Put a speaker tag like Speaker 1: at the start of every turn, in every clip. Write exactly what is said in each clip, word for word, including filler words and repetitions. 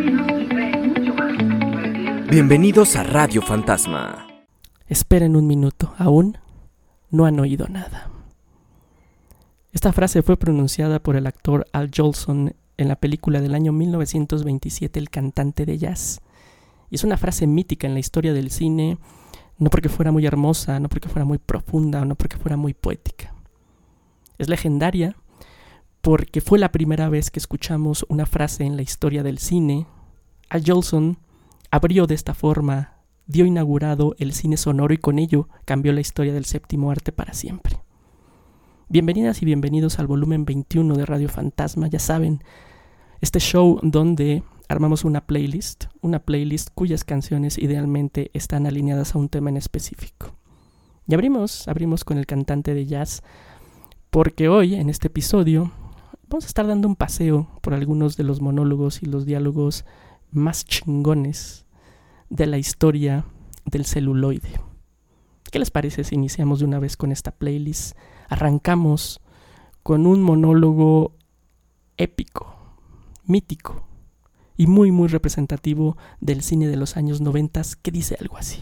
Speaker 1: Bienvenidos a Radio Fantasma.
Speaker 2: Esperen un minuto, aún no han oído nada. Esta frase fue pronunciada por el actor Al Jolson en la película del año mil novecientos veintisiete, El cantante de jazz. Y es una frase mítica en la historia del cine, no porque fuera muy hermosa, no porque fuera muy profunda, o no porque fuera muy poética. Es legendaria porque fue la primera vez que escuchamos una frase en la historia del cine. Al Jolson abrió de esta forma, dio inaugurado el cine sonoro y con ello cambió la historia del séptimo arte para siempre. Bienvenidas y bienvenidos al volumen veintiuno de Radio Fantasma. Ya saben, este show donde armamos una playlist, una playlist cuyas canciones idealmente están alineadas a un tema en específico. Y abrimos, abrimos con el cantante de jazz, porque hoy, en este episodio, vamos a estar dando un paseo por algunos de los monólogos y los diálogos más chingones de la historia del celuloide. ¿Qué les parece si iniciamos de una vez con esta playlist? Arrancamos con un monólogo épico, mítico y muy muy representativo del cine de los años noventas que dice algo así: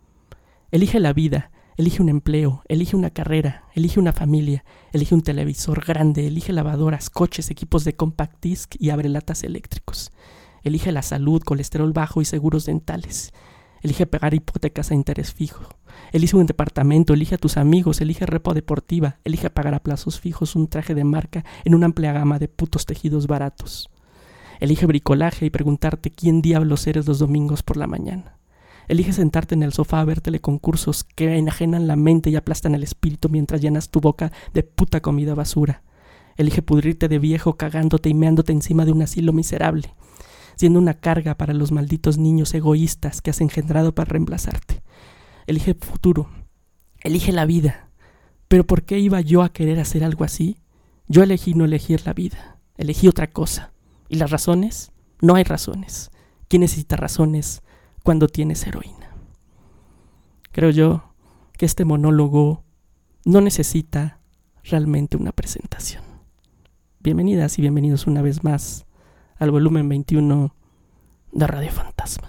Speaker 2: elige la vida, elige un empleo, elige una carrera, elige una familia, elige un televisor grande, elige lavadoras, coches, equipos de compact disc y abrelatas eléctricos. Elige la salud, colesterol bajo y seguros dentales. Elige pagar hipotecas a interés fijo. Elige un departamento, elige a tus amigos, elige repo deportiva, elige pagar a plazos fijos un traje de marca en una amplia gama de putos tejidos baratos. Elige bricolaje y preguntarte quién diablos eres los domingos por la mañana. Elige sentarte en el sofá a ver teleconcursos que enajenan la mente y aplastan el espíritu mientras llenas tu boca de puta comida basura. Elige pudrirte de viejo cagándote y meándote encima de un asilo miserable, siendo una carga para los malditos niños egoístas que has engendrado para reemplazarte. Elige el futuro, elige la vida. ¿Pero por qué iba yo a querer hacer algo así? Yo elegí no elegir la vida, elegí otra cosa. ¿Y las razones? No hay razones. ¿Quién necesita razones cuando tienes heroína? Creo yo que este monólogo no necesita realmente una presentación. Bienvenidas y bienvenidos una vez más al volumen veintiuno de Radio Fantasma.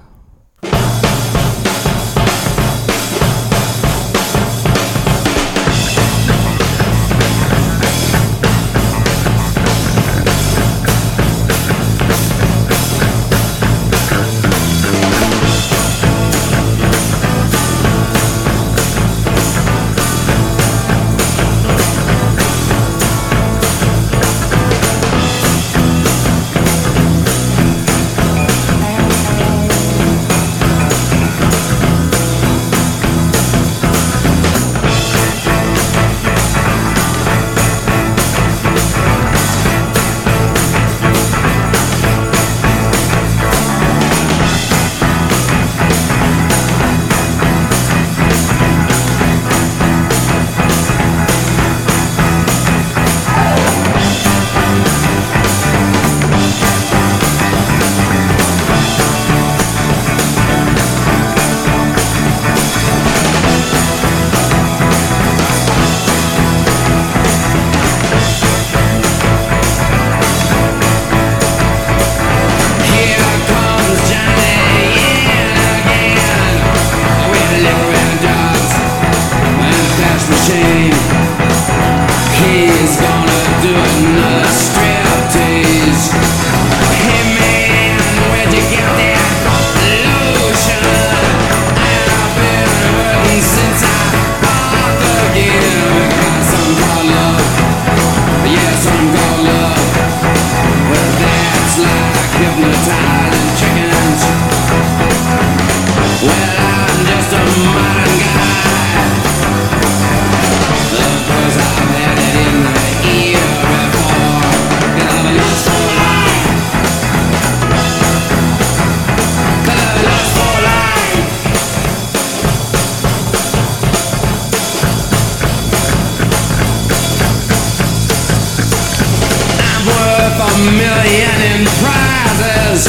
Speaker 3: million in prizes.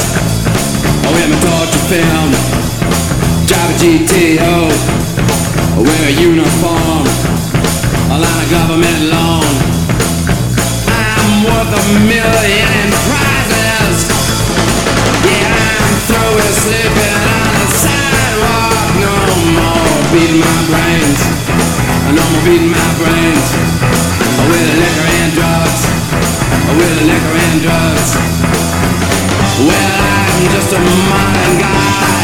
Speaker 3: Oh, in my torture film, drive a G T O, wear a uniform, a line of government loan. I'm worth a million in prizes. Yeah. beating my brains with liquor and drugs, with liquor and drugs. Well, I'm just a modern guy.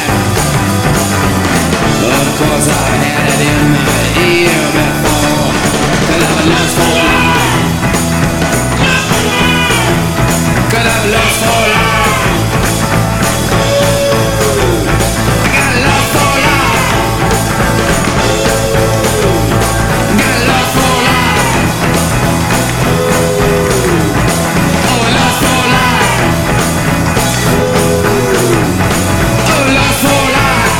Speaker 3: Of course I had it in my ear before, 'cause I've lost for life, 'cause I've lost for life. I got lost for life, got lost for life. Oh, lost for life, oh, lost for life,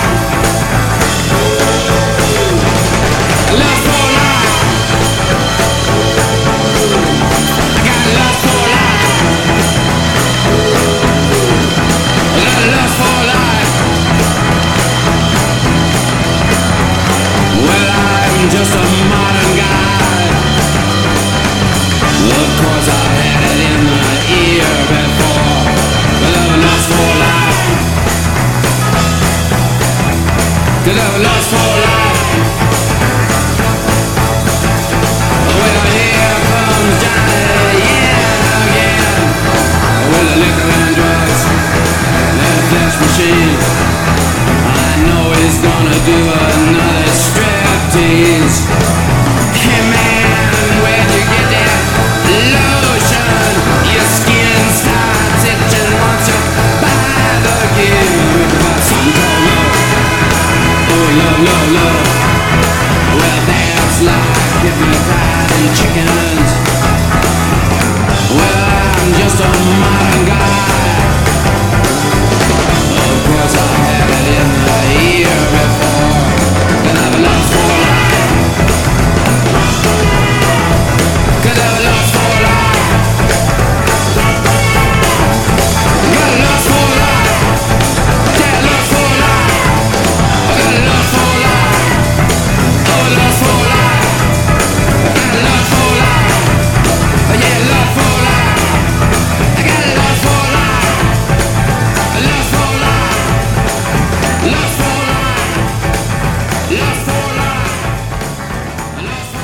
Speaker 3: lost for life. I got lost for life, I got lost for life. Well, I'm just a modern guy. Of course I had it in my ear before, but I'm lost for life, 'cause I'm lost for life. Well, here comes Johnny, yeah, again, with the liquor and drugs and a flesh machine. I know he's gonna do another striptease. Hey man, where'd you get that lotion? Your skin starts itching once you buy the gift. Got something called love. Oh, love, love, love. Well, that's like hypnotizing chickens. Well, I'm just a modern guy. Of course I had it in the ear before, and I've lost for life, 'cause I've lost for life, got lost for life, got lost for life, got lost for life, oh, lost for life, got lost for life, yeah, lost for life, I got lost for life, lost for life, lost for life, lost for life, lost for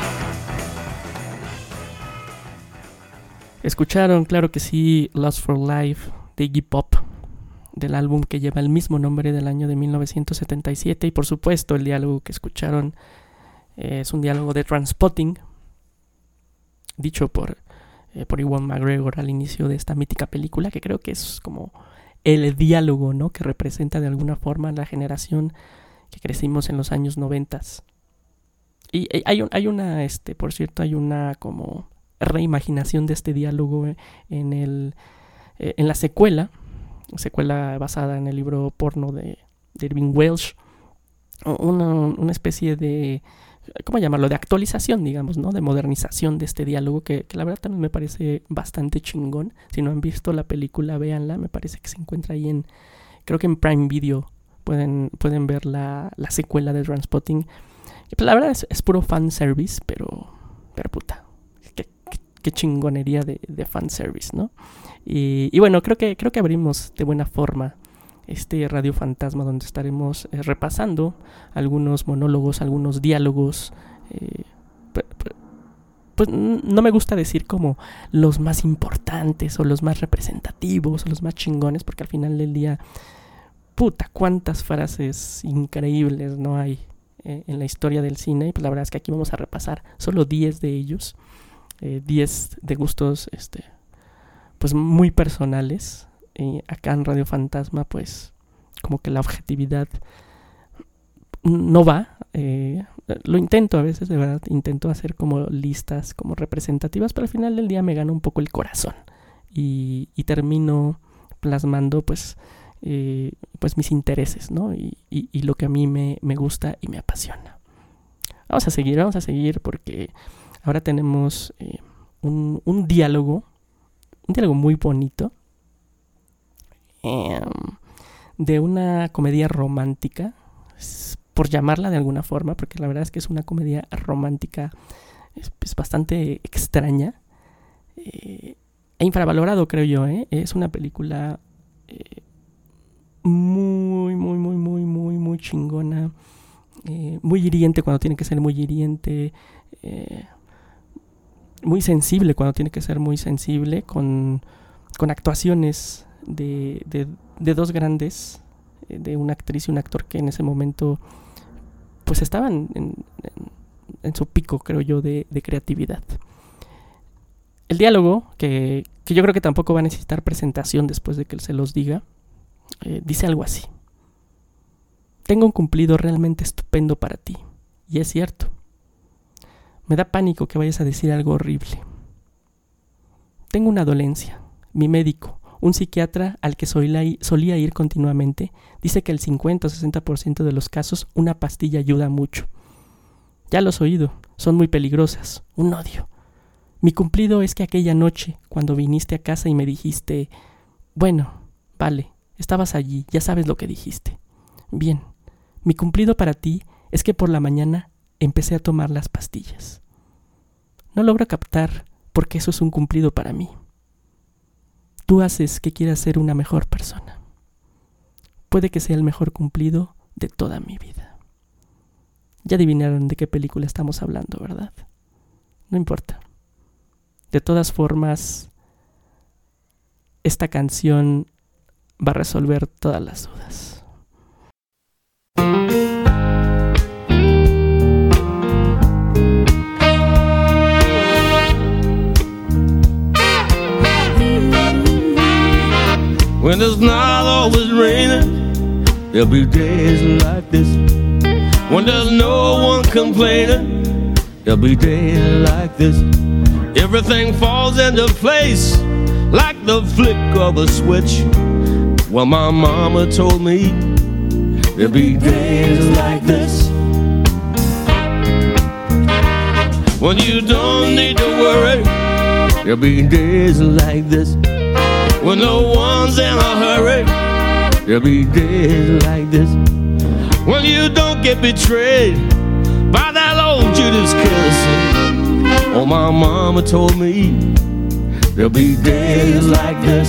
Speaker 3: life.
Speaker 2: Escucharon, claro que sí, Lost for Life de Iggy Pop, del álbum que lleva el mismo nombre del año de mil novecientos setenta y siete. Y por supuesto el diálogo que escucharon eh, es un diálogo de Trainspotting, dicho por, eh, por Ewan McGregor al inicio de esta mítica película, que creo que es como el diálogo, ¿no?, que representa de alguna forma la generación que crecimos en los años noventas. Y eh, hay, un, hay una, este, por cierto, hay una como reimaginación de este diálogo eh, en, el, eh, en la secuela, secuela basada en el libro porno de, de Irving Welsh, una, una especie de, ¿cómo llamarlo?, de actualización, digamos, ¿no?, de modernización de este diálogo que, que la verdad también me parece bastante chingón. Si no han visto la película, véanla, me parece que se encuentra ahí en, creo que en Prime Video pueden, pueden ver la, la secuela de Trainspotting. Pues la verdad es, es puro fanservice, pero, pero puta, qué, qué, qué chingonería de, de fanservice, ¿no? Y, y bueno, creo que, creo que abrimos de buena forma este Radio Fantasma, donde estaremos eh, repasando algunos monólogos, algunos diálogos. Eh, pues, pues no me gusta decir como los más importantes o los más representativos o los más chingones, porque al final del día, puta, cuántas frases increíbles no hay eh, en la historia del cine. Y pues la verdad es que aquí vamos a repasar solo diez de ellos, eh, diez de gustos este, pues muy personales. Y acá en Radio Fantasma pues como que la objetividad no va, eh, lo intento a veces, de verdad, intento hacer como listas como representativas, pero al final del día me gana un poco el corazón y, y termino plasmando pues, eh, pues mis intereses, ¿no? Y, y, y lo que a mí me, me gusta y me apasiona. Vamos a seguir, vamos a seguir porque ahora tenemos eh, un, un diálogo, un diálogo muy bonito, Eh, de una comedia romántica, por llamarla de alguna forma, porque la verdad es que es una comedia romántica es, es bastante extraña eh, e infravalorado, creo yo, ¿eh? Es una película eh, muy, muy, muy, muy, muy, muy chingona. eh, muy hiriente cuando tiene que ser muy hiriente, eh, muy sensible cuando tiene que ser muy sensible, con, con actuaciones de, de, de dos grandes, eh, de una actriz y un actor que en ese momento pues estaban en, en, en su pico, creo yo, de, de creatividad. El diálogo, que, que yo creo que tampoco va a necesitar presentación después de que él se los diga, eh, dice algo así: tengo un cumplido realmente estupendo para ti, y es cierto. Me da pánico que vayas a decir algo horrible. Tengo una dolencia. Mi médico, un psiquiatra al que solía ir continuamente, dice que el cincuenta o sesenta por ciento de los casos una pastilla ayuda mucho. Ya lo has oído, son muy peligrosas, un odio. Mi cumplido es que aquella noche, cuando viniste a casa y me dijiste, bueno, vale, estabas allí, ya sabes lo que dijiste. Bien, mi cumplido para ti es que por la mañana empecé a tomar las pastillas. No logro captar por qué eso es un cumplido para mí. Tú haces que quiera ser una mejor persona. Puede que sea el mejor cumplido de toda mi vida. Ya adivinaron de qué película estamos hablando, ¿verdad? No importa. De todas formas, esta canción va a resolver todas las dudas.
Speaker 4: When it's not always raining, there'll be days like this. When there's no one complaining, there'll be days like this. Everything falls into place like the flick of a switch. Well, my mama told me there'll be days like this. When you don't need to worry, there'll be days like this. When no one's in a hurry, there'll be days like this. When you don't get betrayed by that old Judas kiss. Oh, my mama told me there'll be days like this.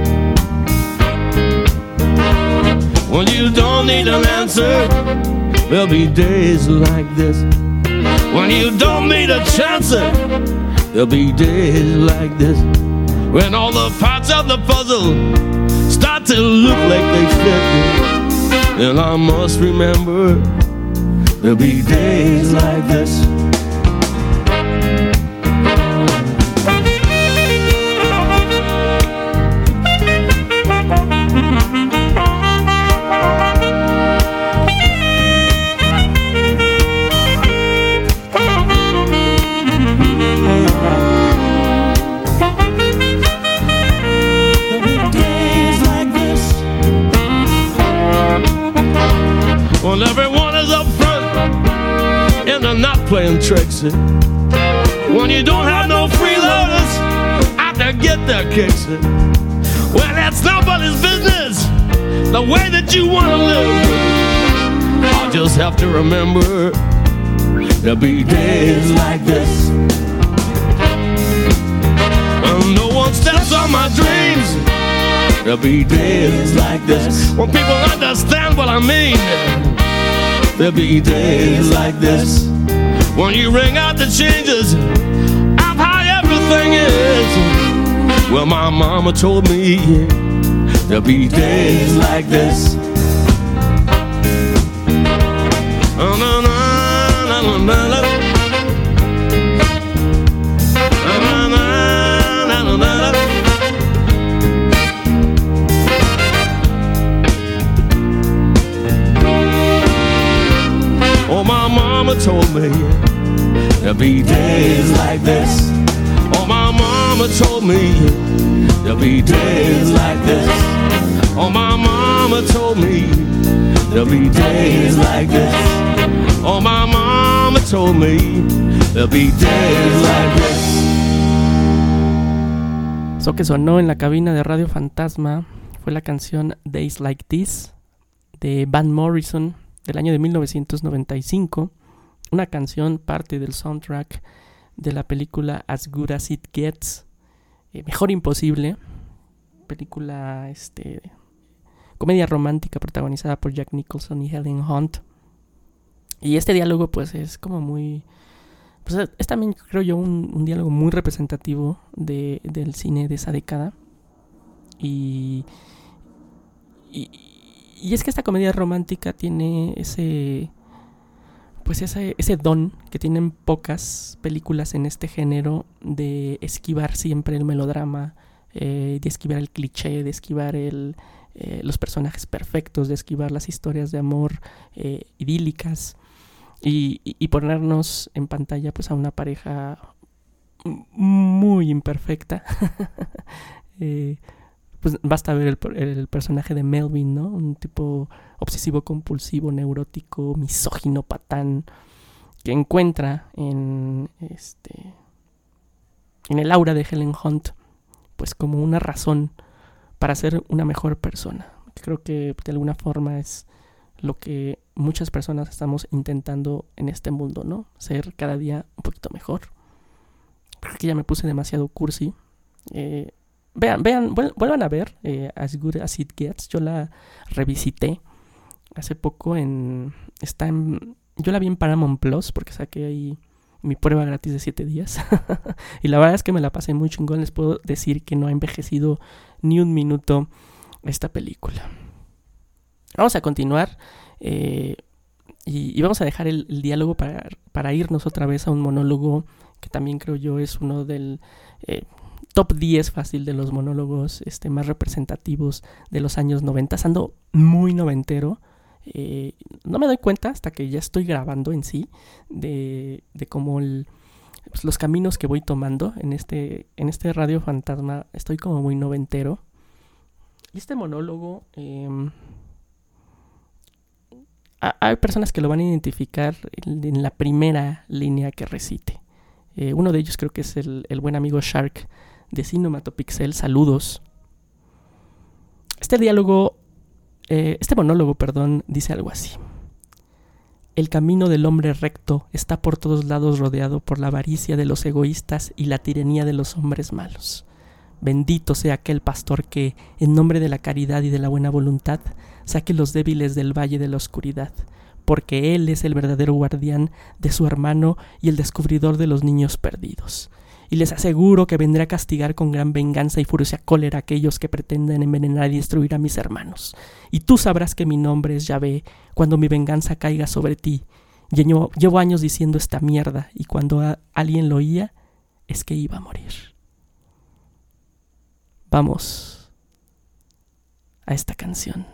Speaker 4: When you don't need an answer, there'll be days like this. When you don't need a chance, there'll be days like this. When all the parts of the puzzle start to look like they fit, and I must remember there'll be days like this. When everyone is up front and they're not playing tricks, when you don't have no freeloaders out to get their kicks, well, that's nobody's business the way that you want to live. I just have to remember there'll be days like this. When no one steps on my dreams, there'll be days like this. When people understand what I mean, there'll be days like this. When you ring out the changes of how everything is. Well, my mama told me there'll be days like this. Oh, no, no, no, no, no, no. Told me there'll be days like this. Oh, my mama told me there'll be days like this. Oh, my mama told me there'll be days like this. Oh, my mama told me there'll be days like this.
Speaker 2: Eso que sonó en la cabina de Radio Fantasma fue la canción Days Like This de Van Morrison del año de mil novecientos noventa y cinco. Una canción parte del soundtrack de la película As Good As It Gets, eh, Mejor Imposible, película, este, comedia romántica protagonizada por Jack Nicholson y Helen Hunt. Y este diálogo pues es como muy... Pues es también, creo yo, un, un diálogo muy representativo de, del cine de esa década. Y, y, y es que esta comedia romántica tiene ese... Pues ese, ese don que tienen pocas películas en este género de esquivar siempre el melodrama, eh, de esquivar el cliché, de esquivar el, eh, los personajes perfectos, de esquivar las historias de amor eh, idílicas. Y, y, y ponernos en pantalla pues a una pareja muy imperfecta. eh, pues basta ver el, el personaje de Melvin, ¿no? Un tipo obsesivo compulsivo, neurótico, misógino, patán, que encuentra en este en el aura de Helen Hunt pues como una razón para ser una mejor persona. Creo que de alguna forma es lo que muchas personas estamos intentando en este mundo, ¿no? Ser cada día un poquito mejor. Creo que ya me puse demasiado cursi. Eh, vean, vean, vuelvan a ver eh, As Good As It Gets. Yo la revisité hace poco en... Está en... Yo la vi en Paramount Plus porque saqué ahí mi prueba gratis de siete días. Y la verdad es que me la pasé muy chingón. Les puedo decir que no ha envejecido ni un minuto esta película. Vamos a continuar eh, y, y vamos a dejar el, el diálogo para, para irnos otra vez a un monólogo que también creo yo es uno del eh, top diez fácil de los monólogos este, más representativos de los años noventa. Ando muy noventero. Eh, no me doy cuenta hasta que ya estoy grabando en sí de, de cómo el, pues los caminos que voy tomando en este, en este Radio Fantasma. Estoy como muy noventero. Y este monólogo... Eh, hay personas que lo van a identificar en la primera línea que recite. Eh, uno de ellos creo que es el, el buen amigo Shark de Cinematopixel. Saludos. Este diálogo, eh, este monólogo, perdón, dice algo así. El camino del hombre recto está por todos lados rodeado por la avaricia de los egoístas y la tiranía de los hombres malos. Bendito sea aquel pastor que, en nombre de la caridad y de la buena voluntad, saque los débiles del valle de la oscuridad, porque él es el verdadero guardián de su hermano y el descubridor de los niños perdidos. Y les aseguro que vendré a castigar con gran venganza y furiosa cólera a aquellos que pretenden envenenar y destruir a mis hermanos. Y tú sabrás que mi nombre es Yahvé cuando mi venganza caiga sobre ti. Llevo, llevo años diciendo esta mierda, y cuando a alguien lo oía, es que iba a morir. Vamos a esta canción.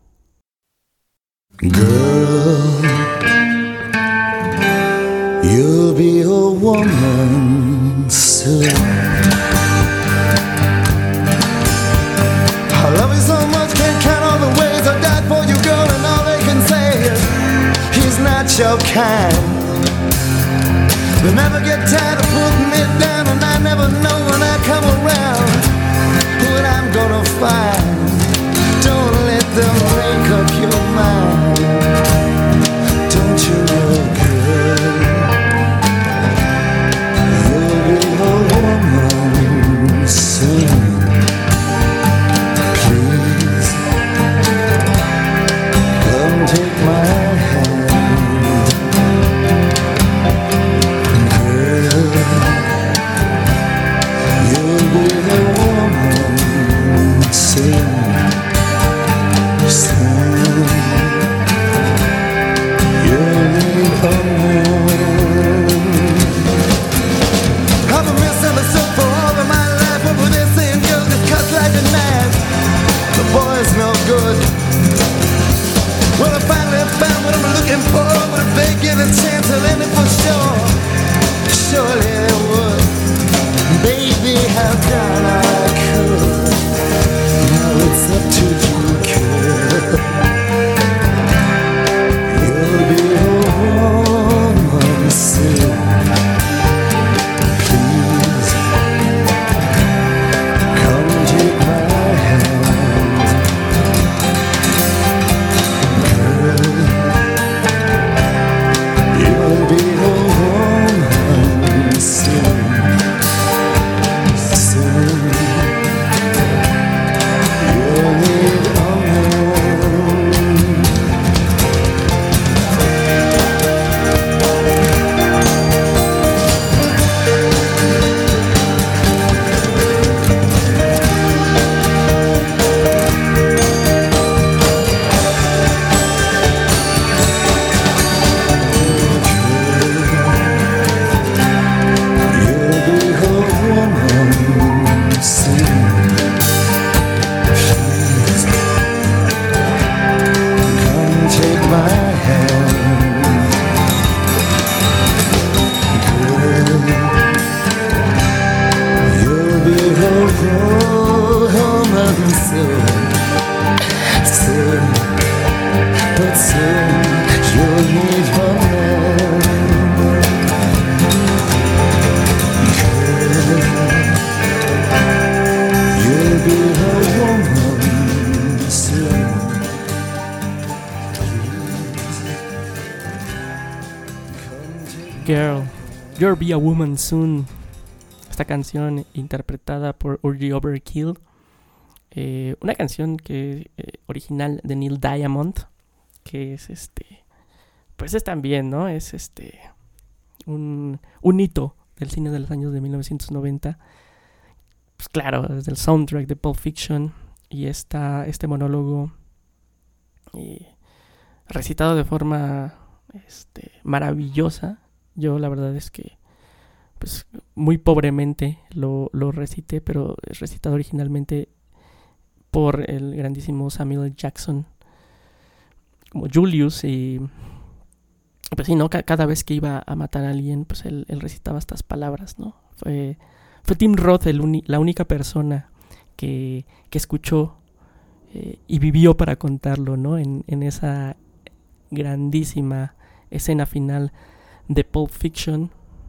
Speaker 5: Girl, you'll be a woman soon. I love you so much, can't count all the ways I died for you, girl, and all they can say is he's not your kind. They never get tired of putting me down, and I never know when I come around what I'm gonna find. Don't let them make up your mind. Don't you know, girl, you'll be a woman soon. Please, come take my hand. Girl, you'll be a woman soon. I've been misunderstood for all of my life. What were they saying, girl, just cuts like a knife. The boy's no good. Well, I finally found what I'm looking for, but if they give a chance, I'll end it for sure. Surely they would. Baby, how done I could. Now it's up to you, girl. You'll be a woman soon. Please, come take my hand. Girl, you'll be a woman soon. Soon. soon you'll meet her man. Girl, you'll be her woman soon.
Speaker 2: Girl, You'll Be a Woman Soon. Esta canción interpretada por Urgy Overkill. Eh, una canción que eh, original de Neil Diamond, que es este, pues es también, ¿no? Es este un, un hito del cine de los años de mil novecientos noventa. Pues claro, desde el soundtrack de Pulp Fiction y esta, este monólogo eh, recitado de forma este, maravillosa. Yo la verdad es que pues muy pobremente lo, lo recité, pero es recitado originalmente por el grandísimo Samuel L. Jackson como Julius. Y pues sí, ¿no? C- cada vez que iba a matar a alguien, pues él, él recitaba estas palabras, ¿no? Fue, fue Tim Roth el uni- la única persona que, que escuchó eh, y vivió para contarlo, ¿no? En, en esa grandísima escena final de Pulp Fiction.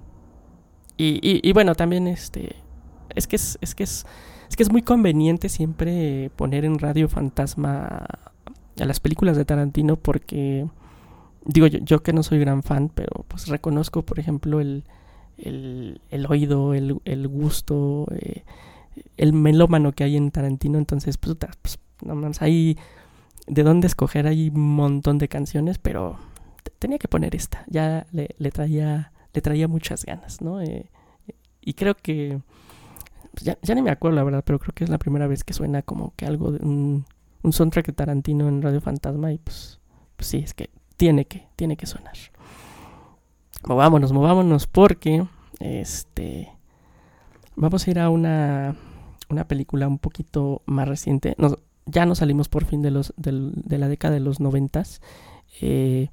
Speaker 2: Y, y, y bueno, también este es que es, es que es es que es muy conveniente siempre poner en Radio Fantasma a las películas de Tarantino, porque digo yo, yo que no soy gran fan, pero pues reconozco, por ejemplo, el el, el oído, el, el gusto, eh, el melómano que hay en Tarantino. Entonces, pues, pues no más, hay de dónde escoger, hay un montón de canciones, pero t- tenía que poner esta. Ya le, le traía le traía muchas ganas, ¿no? Eh, y creo que pues ya, ya ni me acuerdo la verdad, pero creo que es la primera vez que suena como que algo de un, un soundtrack de Tarantino en Radio Fantasma. Y pues, pues sí, es que tiene que tiene que sonar. Movámonos, movámonos, porque este vamos a ir a una una película un poquito más reciente. Nos, ya nos salimos por fin de los del, de la década de los noventas. Eh,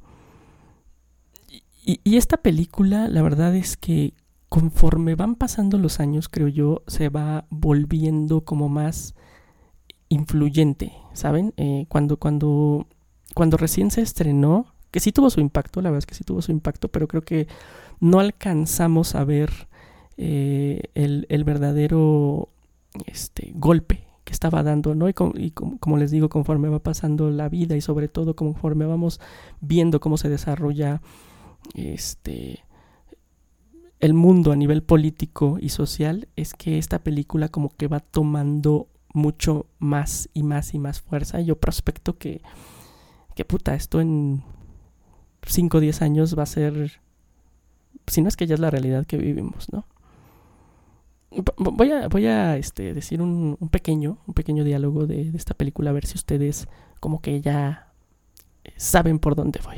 Speaker 2: y, y esta película, la verdad es que conforme van pasando los años, creo yo, se va volviendo como más influyente, ¿saben? Eh, cuando, cuando, cuando recién se estrenó, que sí tuvo su impacto, la verdad es que sí tuvo su impacto, pero creo que no alcanzamos a ver eh, el, el verdadero este, golpe que estaba dando, ¿no? Y, com, y com, como les digo, conforme va pasando la vida y sobre todo conforme vamos viendo cómo se desarrolla este el mundo a nivel político y social, es que esta película como que va tomando mucho más y más y más fuerza. Yo prospecto que, que puta, esto en cinco o diez años va a ser, si no es que ya es la realidad que vivimos, ¿no? Voy a, voy a este, decir un, un pequeño, un pequeño diálogo de, de esta película, a ver si ustedes como que ya saben por dónde voy.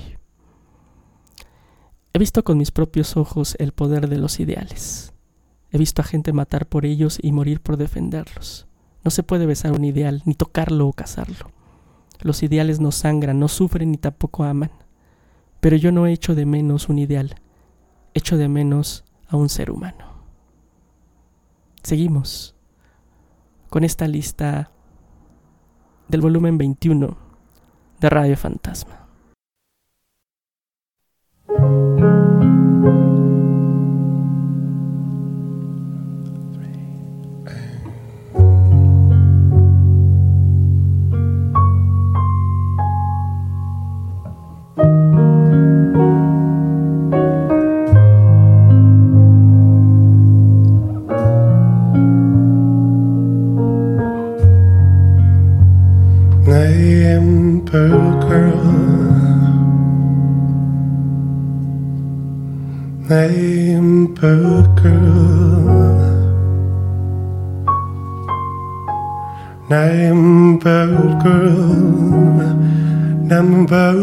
Speaker 2: He visto con mis propios ojos el poder de los ideales. He visto a gente matar por ellos y morir por defenderlos. No se puede besar un ideal, ni tocarlo o cazarlo. Los ideales no sangran, no sufren ni tampoco aman. Pero yo no echo de menos un ideal. Echo de menos a un ser humano. Seguimos con esta lista del volumen veintiuno de Radio Fantasma.
Speaker 6: Neighbor girl, neighbor girl, neighbor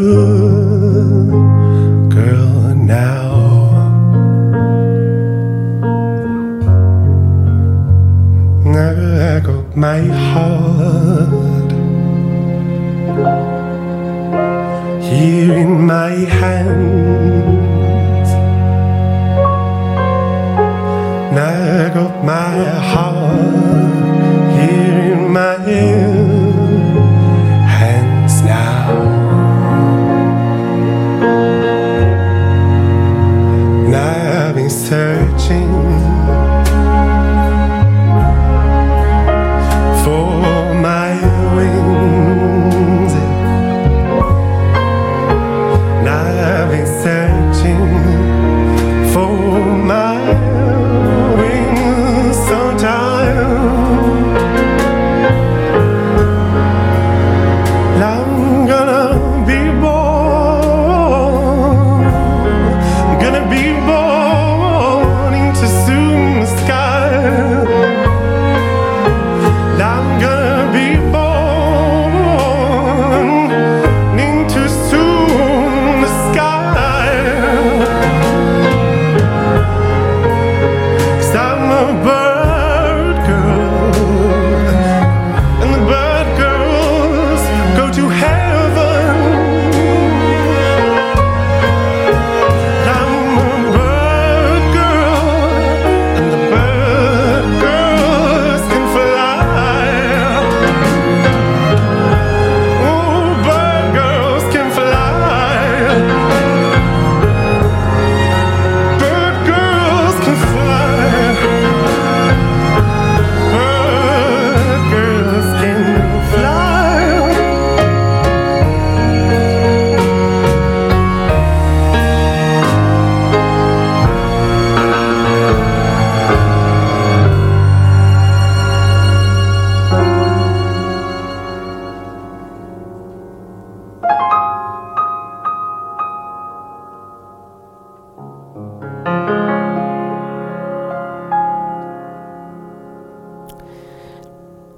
Speaker 6: girl now. I got my heart here in my hands. I got my heart here in my hands now.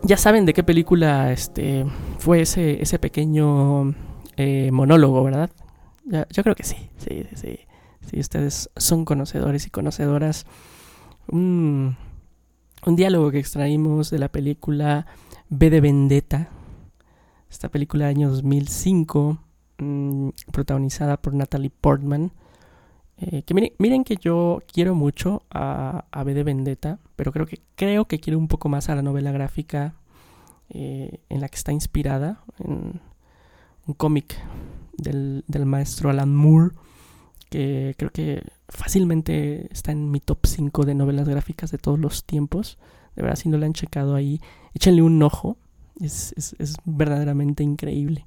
Speaker 2: ya saben de qué película este, fue ese, ese pequeño eh, monólogo, ¿verdad? Ya, yo creo que sí, sí, sí. Si ustedes son conocedores y conocedoras, un, un diálogo que extraímos de la película V de Vendetta, esta película del año dos mil cinco, mmm, protagonizada por Natalie Portman. Eh, que miren, miren que yo quiero mucho a, a V de Vendetta, pero creo que, creo que quiero un poco más a la novela gráfica eh, en la que está inspirada, en un cómic del, del maestro Alan Moore, que creo que fácilmente está en mi top cinco de novelas gráficas de todos los tiempos. De verdad, si no la han checado ahí, échenle un ojo. Es, es, es verdaderamente increíble.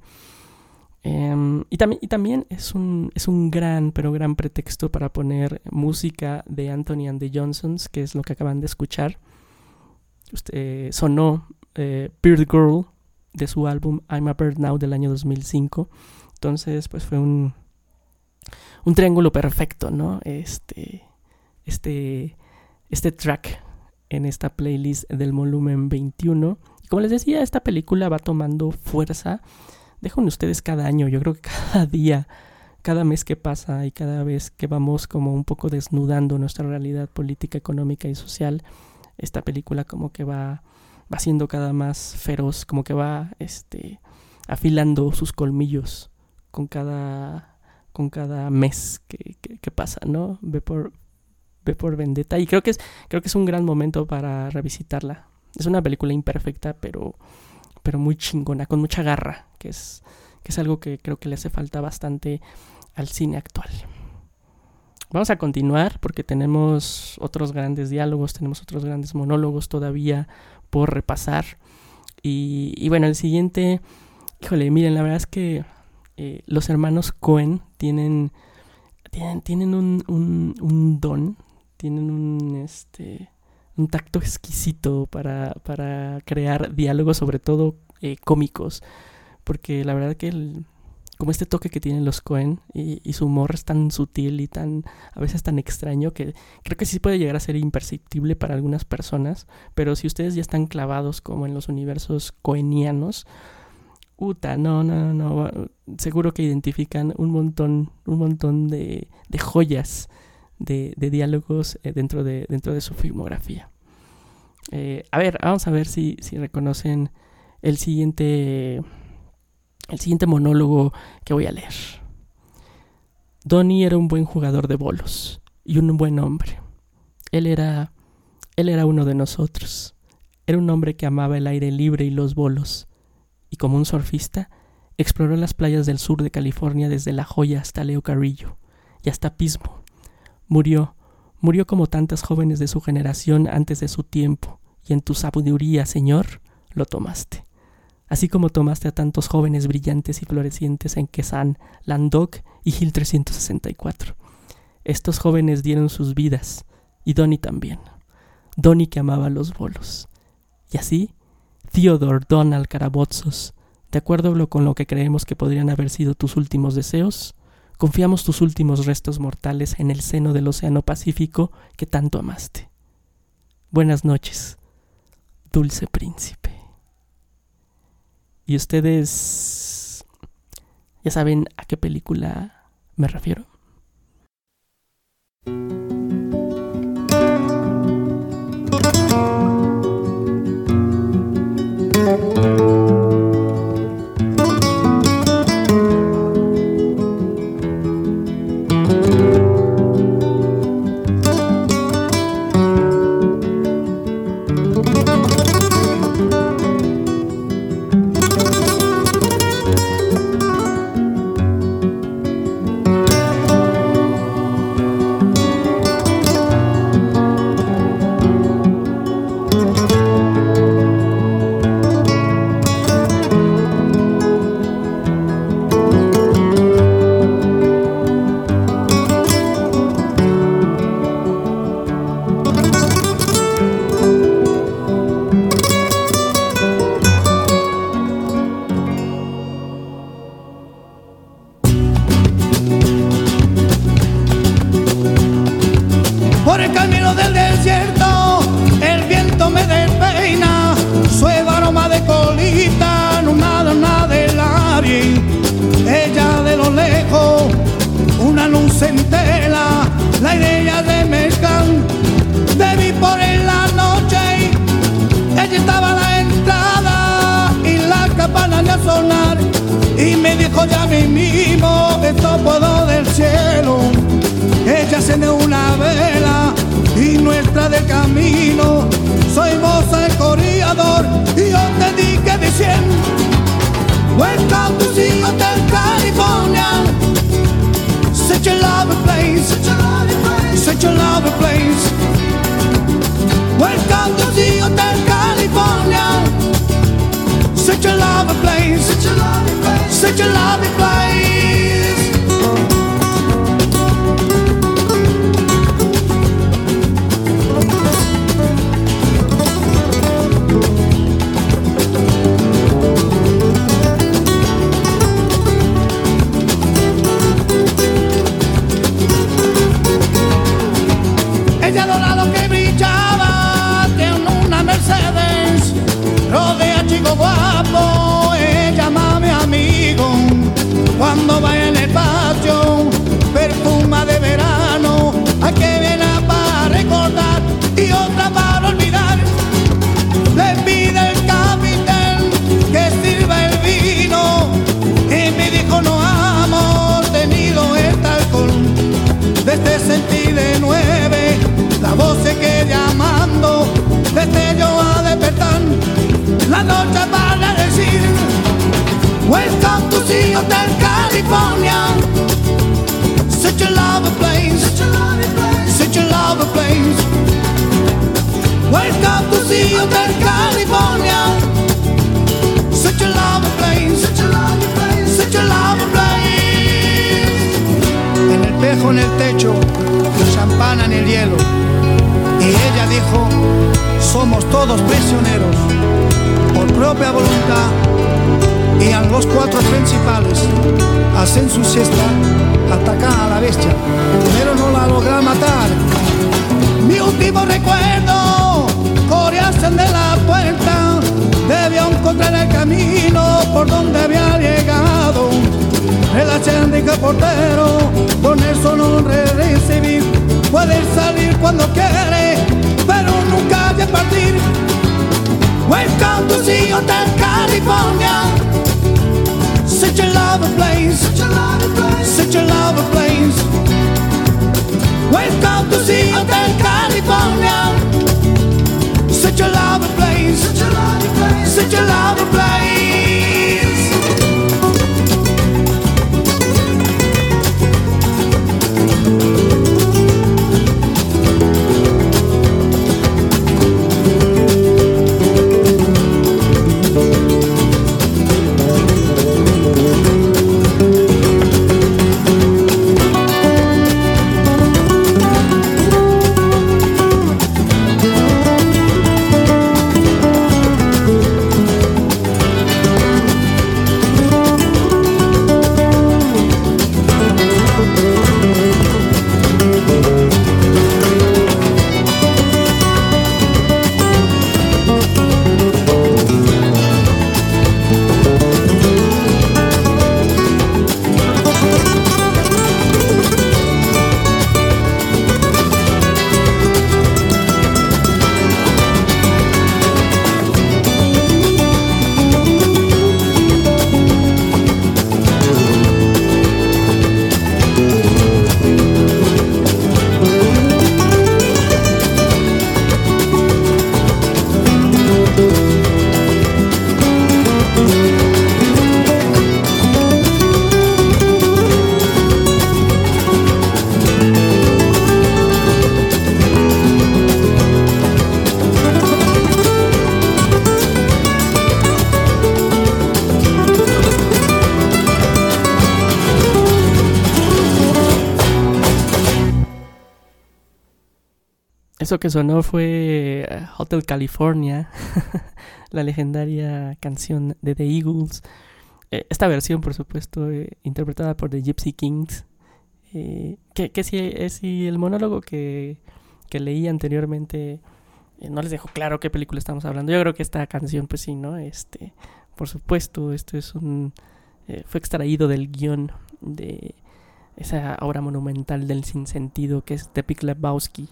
Speaker 2: Um, y, tam- y también es un, es un gran, pero gran pretexto para poner música de Anthony and the Johnsons, que es lo que acaban de escuchar. Usted, sonó eh, Bird Girl de su álbum I'm a Bird Now del año dos mil cinco. Entonces, pues fue un... un triángulo perfecto, ¿no? Este, este, este track en esta playlist del volumen veintiuno. Y como les decía, esta película va tomando fuerza. Déjenme ustedes cada año, yo creo que cada día, cada mes que pasa y cada vez que vamos como un poco desnudando nuestra realidad política, económica y social, esta película como que va, va siendo cada más feroz, como que va este, afilando sus colmillos con cada... con cada mes que, que, que pasa, ¿no? Ve por, ve por Vendetta. Y creo que, es, creo que es un gran momento para revisitarla. Es una película imperfecta, pero, pero muy chingona, con mucha garra, que es, que es algo que creo que le hace falta bastante al cine actual. Vamos a continuar porque tenemos otros grandes diálogos, tenemos otros grandes monólogos todavía por repasar. Y, y bueno, el siguiente, híjole, miren, la verdad es que Eh, los hermanos Coen tienen tienen, tienen un, un, un don, tienen un este un tacto exquisito para, para crear diálogos, sobre todo eh, cómicos, porque la verdad que el, como este toque que tienen los Coen y, y su humor es tan sutil y tan a veces tan extraño que creo que sí puede llegar a ser imperceptible para algunas personas, pero si ustedes ya están clavados como en los universos coenianos, Uta, no, no, no, seguro que identifican un montón, un montón de, de joyas de, de diálogos eh, dentro de, dentro de su filmografía. Eh, a ver, vamos a ver si, si reconocen el siguiente, el siguiente monólogo que voy a leer. Donnie era un buen jugador de bolos y un buen hombre. Él era, él era uno de nosotros. Era un hombre que amaba el aire libre y los bolos. Y como un surfista, exploró las playas del sur de California desde La Joya hasta Leo Carrillo y hasta Pismo. Murió, murió como tantas jóvenes de su generación antes de su tiempo, y en tu sabiduría, Señor, lo tomaste. Así como tomaste a tantos jóvenes brillantes y florecientes en Quesan, Landoc y Hill trescientos sesenta y cuatro. Estos jóvenes dieron sus vidas, y Donnie también. Donnie que amaba los bolos. Y así, Theodore Donald Carabozzos, de acuerdo con lo que creemos que podrían haber sido tus últimos deseos, confiamos tus últimos restos mortales en el seno del océano Pacífico que tanto amaste. Buenas noches, dulce príncipe. ¿Y ustedes ya saben a qué película me refiero?
Speaker 7: me dijo ya mismo que puedo del cielo. Ella encende una vela y nuestra del camino. Soy moza el corredor y yo te dije diciendo: welcome to the Hotel California. Such a lovely place, such a lovely place. Welcome to the Hotel California. Such a lovely place, such a lovely place, such a lovely place. Ella dorado que brillaba, tiene una Mercedes, rodea chico guapo, ella mami amigo. Cuando va en el patio, perfuma de verano, a que viene para recordar y otra para olvidar. Le pide el capitán que sirva el vino y me dijo: no amo tenido este alcohol. Desde sentí de nueve la voz se que llamando, desde yo a despertar la noche para decir: welcome to the Hotel California. Such a lovely place, such a lovely place, such a lovely place. Welcome to the Hotel California. Such a lovely place, such a lovely place, such a lovely place. En el espejo, en el techo, la champana en el hielo. Y ella dijo: somos todos prisioneros por propia voluntad. Y a los cuatro principales hacen su siesta, atacan a la bestia, pero no la logran matar. Mi último recuerdo, corriesen de la puerta, debió encontrar el camino por donde había llegado. El achendrica portero, con el solo recibir, puede salir cuando quiere, pero nunca de partir. Welcome to the Hotel California. Such a lovely place, such a lovely place, such a lovely place. Welcome to the Hotel California. Such a lovely place, such a lovely place, such a lovely place.
Speaker 2: Eso que sonó fue Hotel California, la legendaria canción de The Eagles. Eh, esta versión, por supuesto, eh, interpretada por The Gypsy Kings. Eh, que que si, eh, si el monólogo que, que leí anteriormente eh, no les dejó claro qué película estamos hablando. Yo creo que esta canción, pues sí, ¿no? Este, por supuesto, esto es un eh, fue extraído del guión de esa obra monumental del sinsentido que es The Big Lebowski,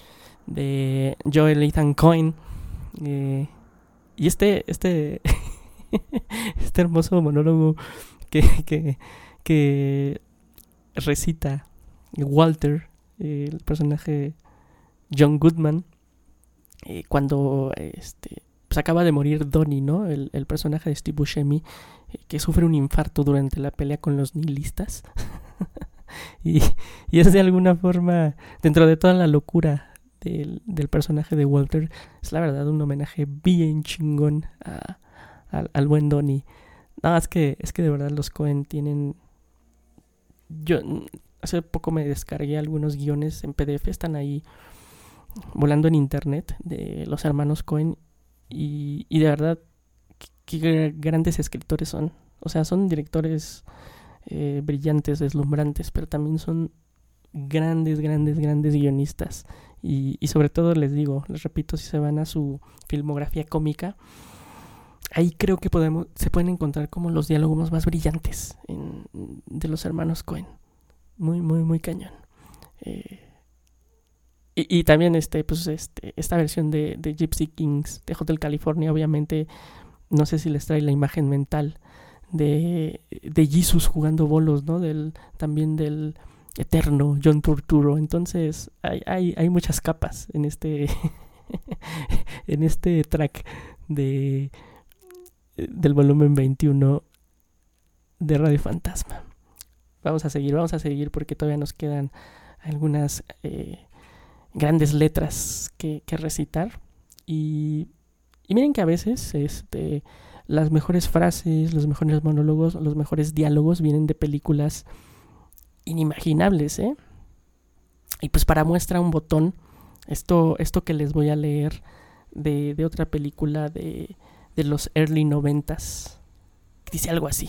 Speaker 2: de Joel Ethan Coen. Eh, y este este este hermoso monólogo que, que, que recita Walter, eh, el personaje John Goodman, eh, cuando este, pues acaba de morir Donnie, ¿no? El, el personaje de Steve Buscemi, eh, que sufre un infarto durante la pelea con los nihilistas. y, y es de alguna forma, dentro de toda la locura del, del personaje de Walter, es la verdad un homenaje bien chingón a, a, al buen Donnie. No, es que, es que de verdad los Coen tienen... Yo hace poco me descargué algunos guiones en P D F, están ahí volando en internet, de los hermanos Coen, y, y de verdad qué, qué grandes escritores son. O sea, son directores eh, brillantes, deslumbrantes, pero también son grandes, grandes, grandes guionistas. Y, y sobre todo les digo, les repito, si se van a su filmografía cómica, ahí creo que podemos, se pueden encontrar como los diálogos más brillantes en, de los hermanos Coen. Muy, muy, muy cañón. Eh, y, y también este, pues este, esta versión de, de Gypsy Kings de Hotel California, obviamente, no sé si les trae la imagen mental de, de Jesus jugando bolos, ¿no? Del, también del eterno John Turturro. Entonces, hay, hay, hay muchas capas en este, en este track de... del volumen veintiuno de Radio Fantasma. Vamos a seguir, vamos a seguir porque todavía nos quedan algunas eh, grandes letras que, que recitar. Y, y miren que a veces este, las mejores frases, los mejores monólogos, los mejores diálogos vienen de películas inimaginables, ¿eh? Y pues para muestra un botón, esto, esto que les voy a leer de, de otra película de... de los early noventas. Dice algo así.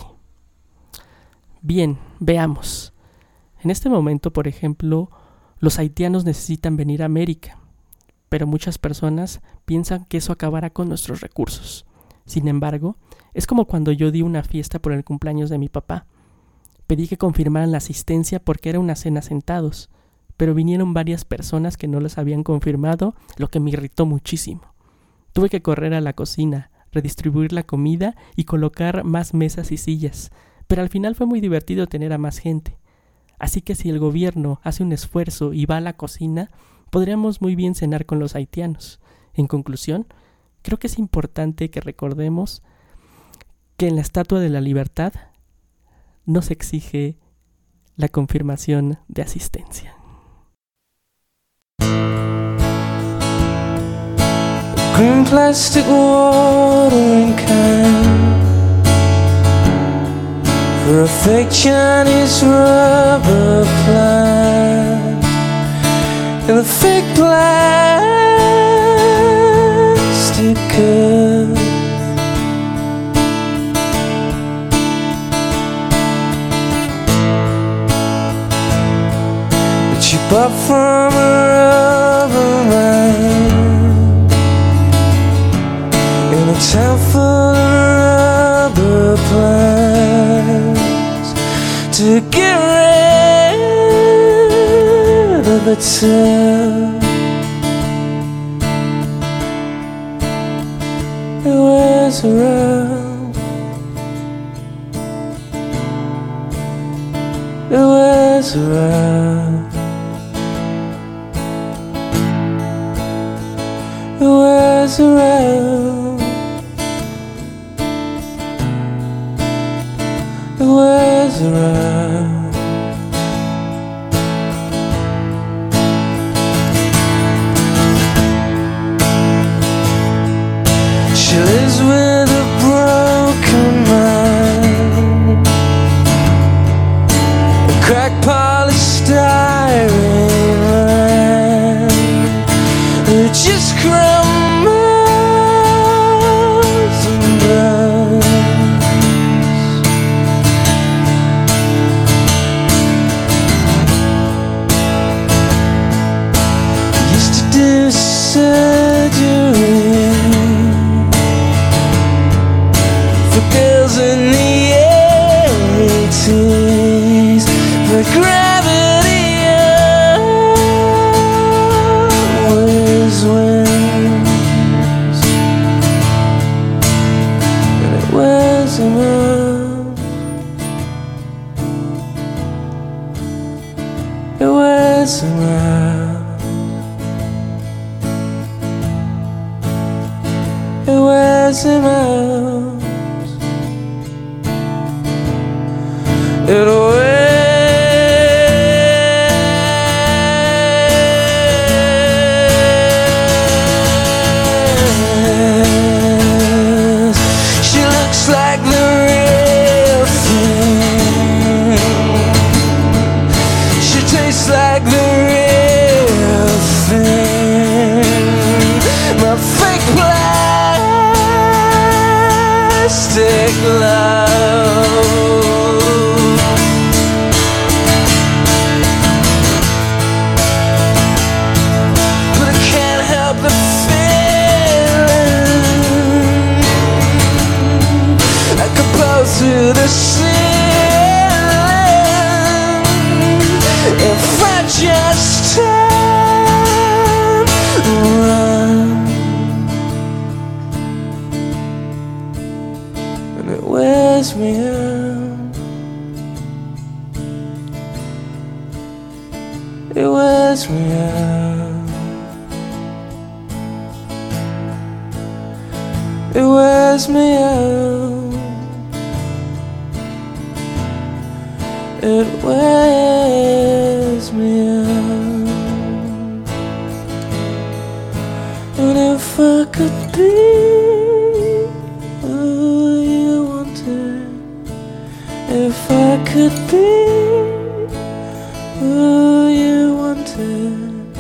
Speaker 2: Bien, veamos. En este momento, por ejemplo, los haitianos necesitan venir a América, pero muchas personas piensan que eso acabará con nuestros recursos. Sin embargo, es como cuando yo di una fiesta por el cumpleaños de mi papá. Pedí que confirmaran la asistencia porque era una cena sentados, pero vinieron varias personas que no les habían confirmado, lo que me irritó muchísimo. Tuve que correr a la cocina, redistribuir la comida y colocar más mesas y sillas, pero al final fue muy divertido tener a más gente. Así que si el gobierno hace un esfuerzo y va a la cocina, podríamos muy bien cenar con los haitianos. En conclusión, creo que es importante que recordemos que en la Estatua de la Libertad no se exige la confirmación de asistencia.
Speaker 8: Green plastic watering can for a fake Chinese rubber plant and a fake plastic cup. That you bought from a rubber man in a town full of rubber plants to get rid of itself. It wears around, it wears around, it wears around, it wears around. She lives with a broken mind, a crack polished styrene man who just crumbles and burns. Used to do surgery for girls in the eighties, but gravity always wins, and it wears them out, wears him out. It wears him out. It wears. She looks like the real thing. She tastes like the real thing. My fake plastic love. But I can't help the feeling I could blow through the ceiling if I just turn around. And it wears me out. It wears me out. It wears me out. It wears me out. And if I could be who you wanted, if I could be who you wanted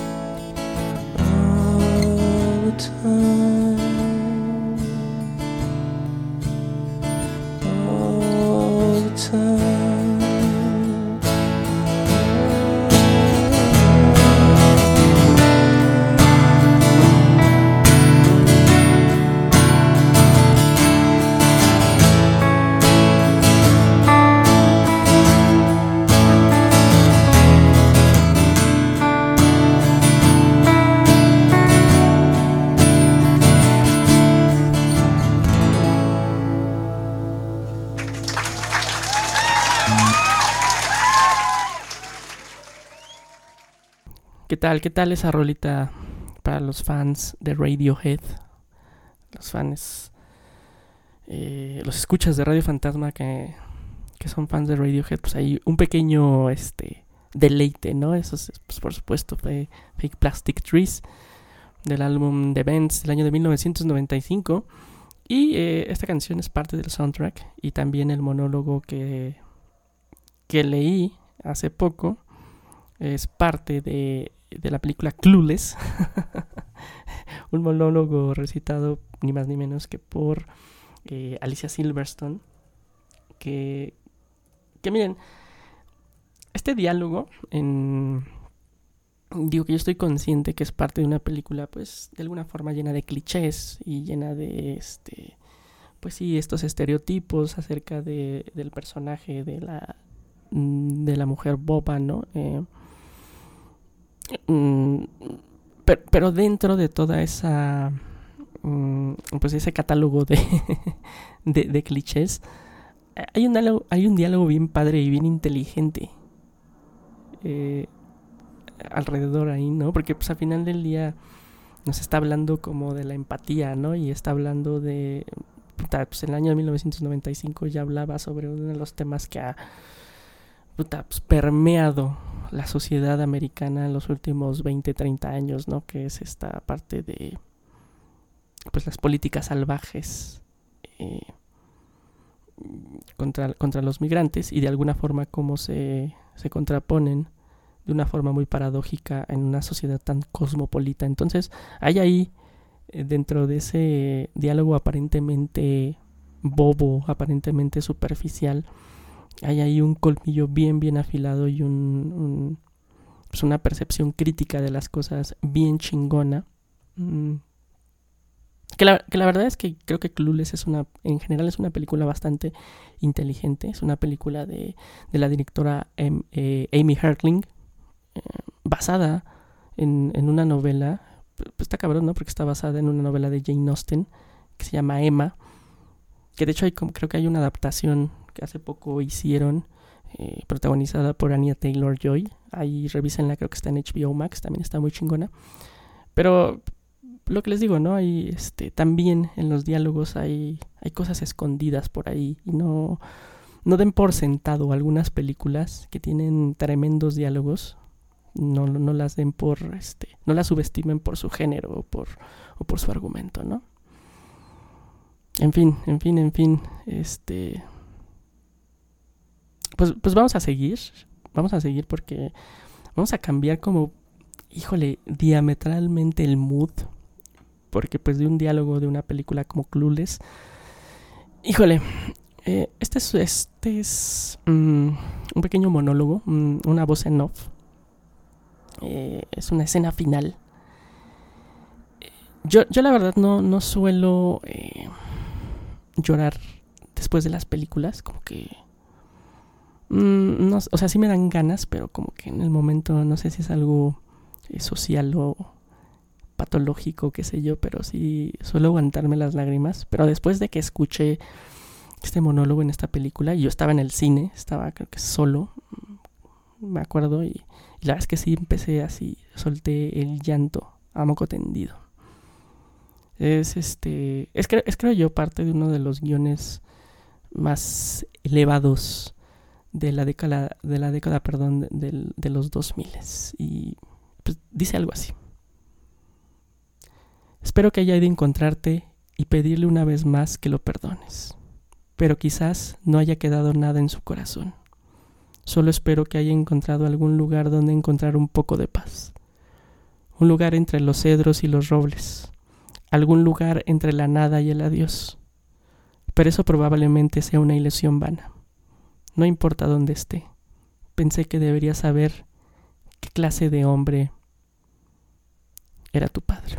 Speaker 8: all the time, all the time.
Speaker 2: ¿Qué tal? ¿Qué tal esa rolita para los fans de Radiohead? Los fans, eh, los escuchas de Radio Fantasma que, que son fans de Radiohead, pues hay un pequeño este deleite, ¿no? Eso es, pues, por supuesto, fue Fake Plastic Trees del álbum The Bends del año de mil novecientos noventa y cinco. Y eh, esta canción es parte del soundtrack y también el monólogo que, que leí hace poco es parte de, de la película Clueless. Un monólogo recitado ni más ni menos que por eh, Alicia Silverstone. Que, que miren, este diálogo, en, digo que yo estoy consciente que es parte de una película, pues de alguna forma llena de clichés y llena de, este, pues sí, estos estereotipos acerca de, del personaje de la, de la mujer boba, ¿no? Eh, pero, pero dentro de toda esa, pues ese catálogo de, de, de clichés, hay un diálogo, hay un diálogo bien padre y bien inteligente eh, alrededor ahí, ¿no? Porque pues al final del día nos está hablando como de la empatía, ¿no? Y está hablando de, puta, pues en el año de mil novecientos noventa y cinco ya hablaba sobre uno de los temas que ha, puta, pues, permeado la sociedad americana en los últimos veinte, treinta años, ¿no? Que es esta parte de, pues, las políticas salvajes eh, contra, contra los migrantes y de alguna forma cómo se, se contraponen de una forma muy paradójica en una sociedad tan cosmopolita. Entonces hay ahí, eh, dentro de ese diálogo aparentemente bobo, aparentemente superficial, hay ahí un colmillo bien, bien afilado y un, un, pues una percepción crítica de las cosas bien chingona. Mm. Que la, que la verdad es que creo que Clueless es una, en general es una película bastante inteligente. Es una película de, de la directora em, eh, Amy Hertling, eh, basada en, en una novela. Pues está cabrón, ¿no? Porque está basada en una novela de Jane Austen que se llama Emma. Que de hecho hay, creo que hay una adaptación que hace poco hicieron eh, protagonizada por Anya Taylor-Joy. Ahí revísenla, creo que está en H B O Max, también está muy chingona. Pero lo que les digo, ¿no? Hay, este, también en los diálogos hay, hay cosas escondidas por ahí. Y no, no den por sentado algunas películas que tienen tremendos diálogos. No, no las den por, este, no las subestimen por su género o por, o por su argumento, ¿no? En fin, en fin, en fin, este... Pues, pues vamos a seguir, vamos a seguir porque vamos a cambiar como, híjole, diametralmente el mood, porque pues de un diálogo de una película como Clueless, híjole, eh, este es, este es um, un pequeño monólogo, um, una voz en off, eh, es una escena final. Yo, yo la verdad no, no suelo eh, llorar después de las películas, como que... Mm, no, o sea, sí me dan ganas, pero como que en el momento no sé si es algo eh, social o patológico, qué sé yo, pero sí suelo aguantarme las lágrimas. Pero después de que escuché este monólogo en esta película, y yo estaba en el cine, estaba creo que solo, me acuerdo, y, y la verdad es que sí empecé así, solté el llanto a moco tendido. Es este, es, es creo yo parte de uno de los guiones más elevados de la década, de la década, perdón, de, de, de los dos mil. Y pues dice algo así: espero que haya ido a encontrarte y pedirle una vez más que lo perdones, pero quizás no haya quedado nada en su corazón. Solo espero que haya encontrado algún lugar donde encontrar un poco de paz, un lugar entre los cedros y los robles, algún lugar entre la nada y el adiós. Pero eso probablemente sea una ilusión vana. No importa dónde esté, pensé que deberías saber qué clase de hombre era tu padre.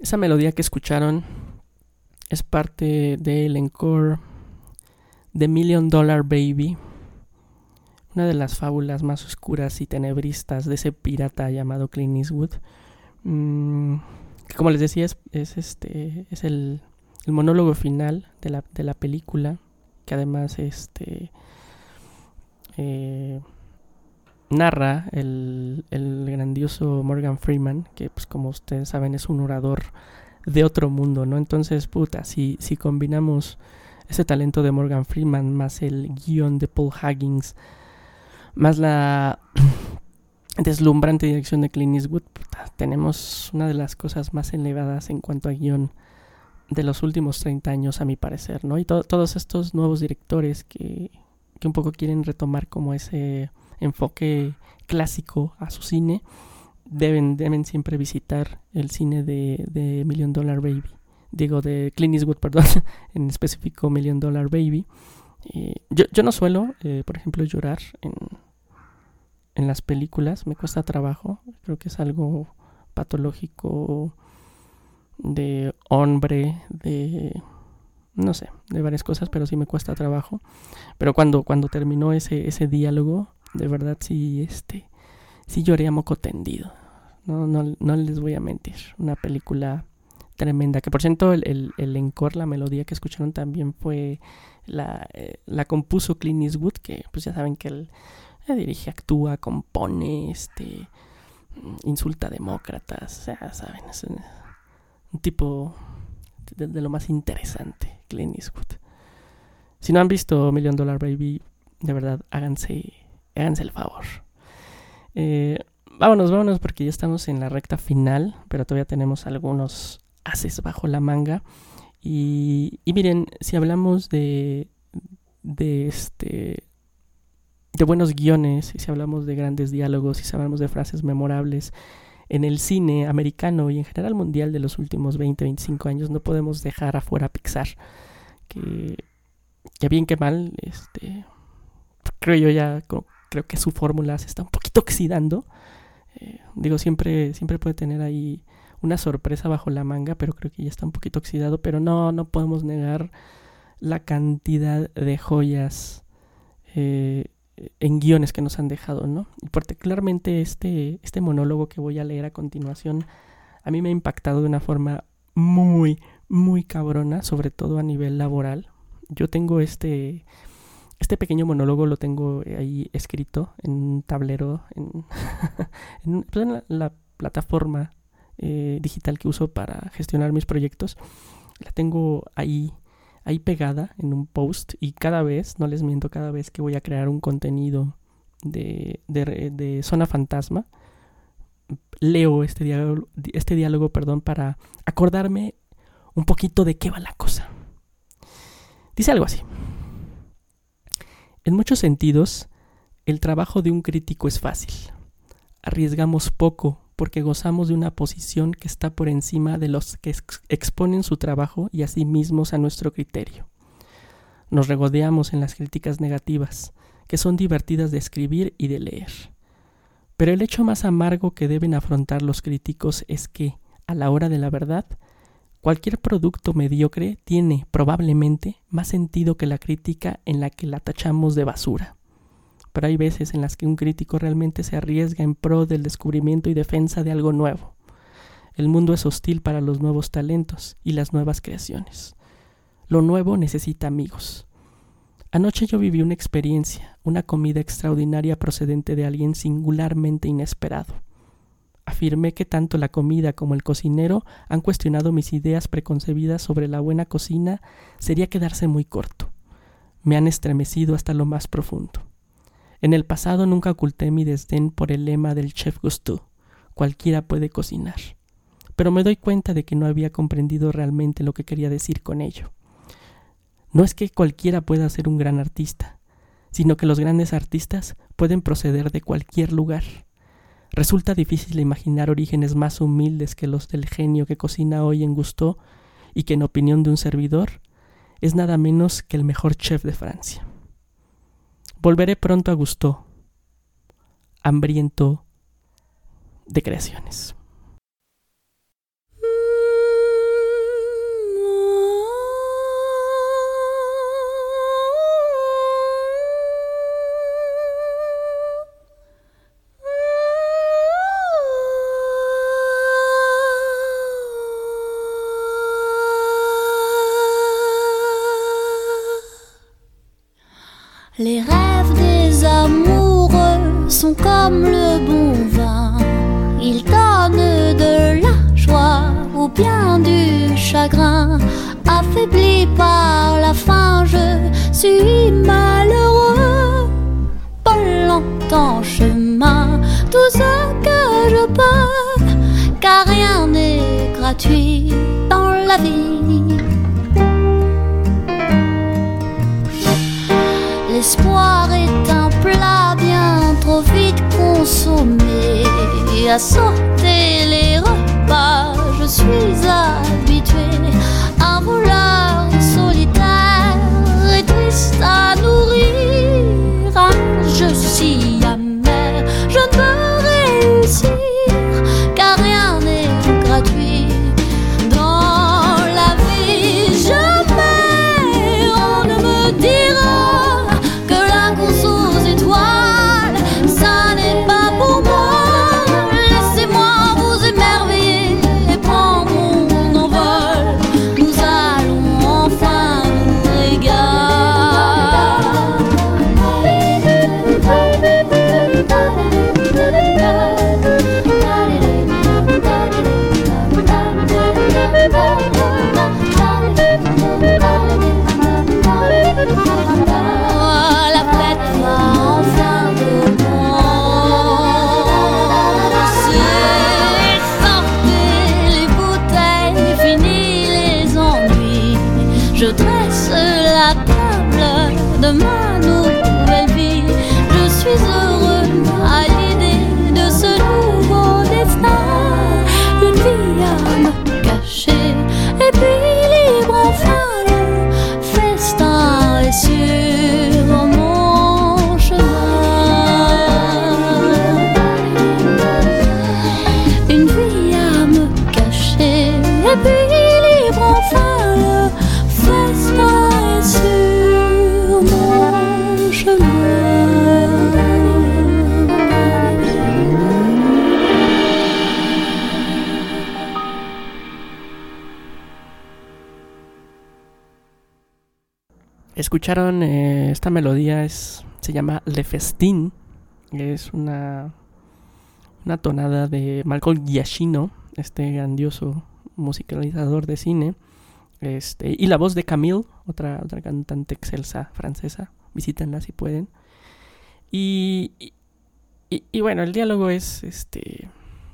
Speaker 2: Esa melodía que escucharon es parte del encore de Million Dollar Baby, una de las fábulas más oscuras y tenebristas de ese pirata llamado Clint Eastwood. Mm, que como les decía, es, es, este, es el, el monólogo final de la, de la película, que además este, eh, narra el, el grandioso Morgan Freeman, que pues como ustedes saben es un orador de otro mundo, ¿no? Entonces, puta, si, si combinamos ese talento de Morgan Freeman más el guión de Paul Higgins, más la deslumbrante dirección de Clint Eastwood, puta, tenemos una de las cosas más elevadas en cuanto a guión de los últimos treinta años, a mi parecer, ¿no? Y to- todos estos nuevos directores que, que un poco quieren retomar como ese enfoque clásico a su cine, deben, deben siempre visitar el cine de, de Million Dollar Baby. Digo, de Clint Eastwood, perdón, en específico Million Dollar Baby. Eh, yo, yo no suelo, eh, por ejemplo, llorar en, en las películas, me cuesta trabajo, creo que es algo patológico de hombre, de no sé, de varias cosas, pero sí me cuesta trabajo. Pero cuando, cuando terminó ese, ese diálogo, de verdad sí, este, sí lloré a moco tendido. No, no, no les voy a mentir, una película tremenda, que por cierto el, el, el encore, la melodía que escucharon también fue la, eh, la compuso Clint Eastwood, que pues ya saben que él eh, dirige, actúa, compone, este insulta a demócratas, o sea, saben, es un, un tipo de, de lo más interesante, Clint Eastwood. Si no han visto Million Dollar Baby, de verdad, háganse, háganse el favor. Eh, vámonos, vámonos, porque ya estamos en la recta final, pero todavía tenemos algunos ases bajo la manga. Y, y miren, si hablamos de, de este de buenos guiones, y si hablamos de grandes diálogos, y si hablamos de frases memorables en el cine americano y en general mundial de los últimos veinte, veinticinco años, no podemos dejar afuera a Pixar, que, que bien que mal, este, creo yo ya, creo que su fórmula se está un poquito oxidando. Eh, digo, siempre, siempre puede tener ahí una sorpresa bajo la manga, pero creo que ya está un poquito oxidado. Pero no, no podemos negar la cantidad de joyas eh, en guiones que nos han dejado, ¿no? Y particularmente este, este monólogo que voy a leer a continuación, a mí me ha impactado de una forma muy, muy cabrona, sobre todo a nivel laboral. Yo tengo este... Este pequeño monólogo lo tengo ahí escrito en un tablero, en, en, pues en la, la plataforma eh, digital que uso para gestionar mis proyectos. La tengo ahí, ahí pegada en un post, y cada vez, no les miento, cada vez que voy a crear un contenido de, de, de Zona Fantasma, leo este diálogo, este diálogo perdón, para acordarme un poquito de qué va la cosa. Dice algo así. En muchos sentidos, el trabajo de un crítico es fácil. Arriesgamos poco porque gozamos de una posición que está por encima de los que ex- exponen su trabajo y a sí mismos a nuestro criterio. Nos regodeamos en las críticas negativas, que son divertidas de escribir y de leer. Pero el hecho más amargo que deben afrontar los críticos es que, a la hora de la verdad, cualquier producto mediocre tiene, probablemente, más sentido que la crítica en la que la tachamos de basura. Pero hay veces en las que un crítico realmente se arriesga en pro del descubrimiento y defensa de algo nuevo. El mundo es hostil para los nuevos talentos y las nuevas creaciones. Lo nuevo necesita amigos. Anoche yo viví una experiencia, una comida extraordinaria procedente de alguien singularmente inesperado. Afirmé que tanto la comida como el cocinero han cuestionado mis ideas preconcebidas sobre la buena cocina. Sería quedarse muy corto. Me han estremecido hasta lo más profundo. En el pasado nunca oculté mi desdén por el lema del chef Gusteau: cualquiera puede cocinar. Pero me doy cuenta de que no había comprendido realmente lo que quería decir con ello. No es que cualquiera pueda ser un gran artista, sino que los grandes artistas pueden proceder de cualquier lugar. Resulta difícil imaginar orígenes más humildes que los del genio que cocina hoy en Gusteau y que, en opinión de un servidor, es nada menos que el mejor chef de Francia. Volveré pronto a Gusteau, hambriento de creaciones.
Speaker 9: chagrin, affaibli par la faim, je suis malheureux. Pas longtemps chemin, tout ce que je peux, car rien n'est gratuit dans la vie. L'espoir est un plat bien trop vite consommé. À sauter les repas, je suis habitué. Un voleur solitaire et triste à nourrir. Ah, je suis amer, je ne peux réussir, car rien n'est gratuit dans la vie. Jamais on ne me dira que la course aux étoiles, ça n'est pas pour moi. Laissez-moi vous émerveiller et prendre mon envol. Nous allons enfin nous régaler. La fête va enfin commencer. Sortez les bouteilles, fini les ennuis. Je dresse la table de ma nouvelle vie. Je suis heureux à l'idée de ce nouveau destin. Une vie à me cacher et puis libre enfin. Le festin est sur mon chemin. Une vie à me cacher et puis libre enfin. Le festin est sur mon chemin.
Speaker 2: Escucharon eh, esta melodía, es, se llama Le Festin. Es una, una tonada de Malcolm Giacchino, este grandioso musicalizador de cine. Este, y la voz de Camille, otra, otra cantante excelsa francesa. Visítenla si pueden. Y, y, y bueno, el diálogo es este.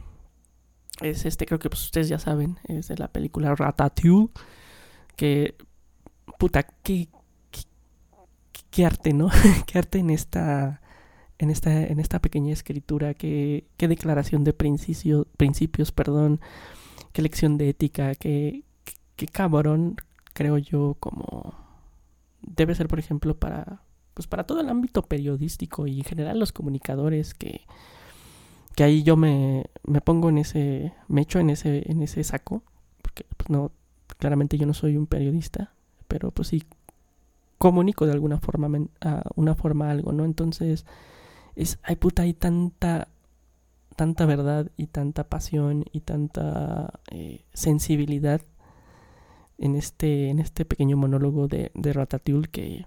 Speaker 2: Es este, creo que pues ustedes ya saben. Es de la película Ratatouille. Que. Puta, qué. qué, qué arte, ¿no? Qué arte en esta. En esta, en esta pequeña escritura. Qué, qué declaración de principio, principios, perdón. Qué lección de ética. Qué. Qué cabrón, creo yo, como debe ser, por ejemplo, para pues para todo el ámbito periodístico y en general los comunicadores, que, que ahí yo me, me pongo en ese, me echo en ese, en ese saco, porque pues no, claramente yo no soy un periodista, pero pues sí comunico de alguna forma, uh, una forma algo, ¿no? Entonces, es, ay puta, hay tanta, tanta verdad y tanta pasión y tanta eh, sensibilidad en este, en este pequeño monólogo de, de Ratatouille que,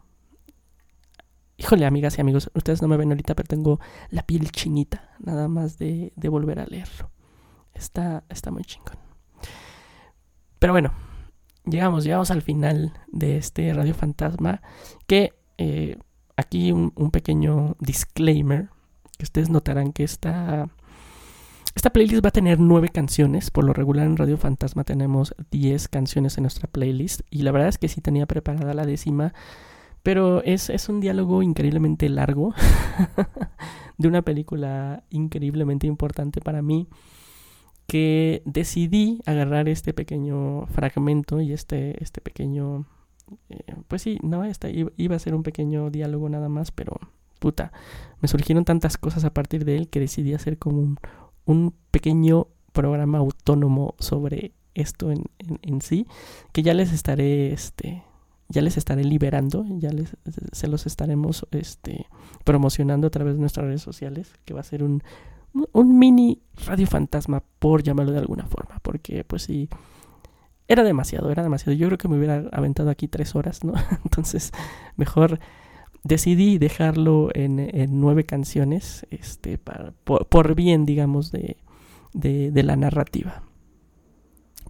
Speaker 2: híjole, amigas y amigos, ustedes no me ven ahorita, pero tengo la piel chinita, nada más de, de volver a leerlo. Está, está muy chingón. Pero bueno, llegamos, llegamos al final de este Radio Fantasma, que eh, aquí un, un pequeño disclaimer, que ustedes notarán que esta... Esta playlist va a tener nueve canciones. Por lo regular en Radio Fantasma tenemos diez canciones en nuestra playlist. Y la verdad es que sí tenía preparada la décima. Pero es, es un diálogo increíblemente largo. De una película increíblemente importante para mí. Que decidí agarrar este pequeño fragmento y este, este pequeño... Eh, pues sí, no, esta iba a ser un pequeño diálogo nada más. Pero puta, me surgieron tantas cosas a partir de él que decidí hacer como un... un pequeño programa autónomo sobre esto en, en, en sí, que ya les estaré este ya les estaré liberando, ya les se los estaremos este promocionando a través de nuestras redes sociales, que va a ser un un mini Radio Fantasma, por llamarlo de alguna forma, porque pues sí, era demasiado, era demasiado. Yo creo que me hubiera aventado aquí tres horas, ¿no? Entonces, mejor decidí dejarlo en, en nueve canciones, este, para, por, por bien, digamos, de, de, de la narrativa.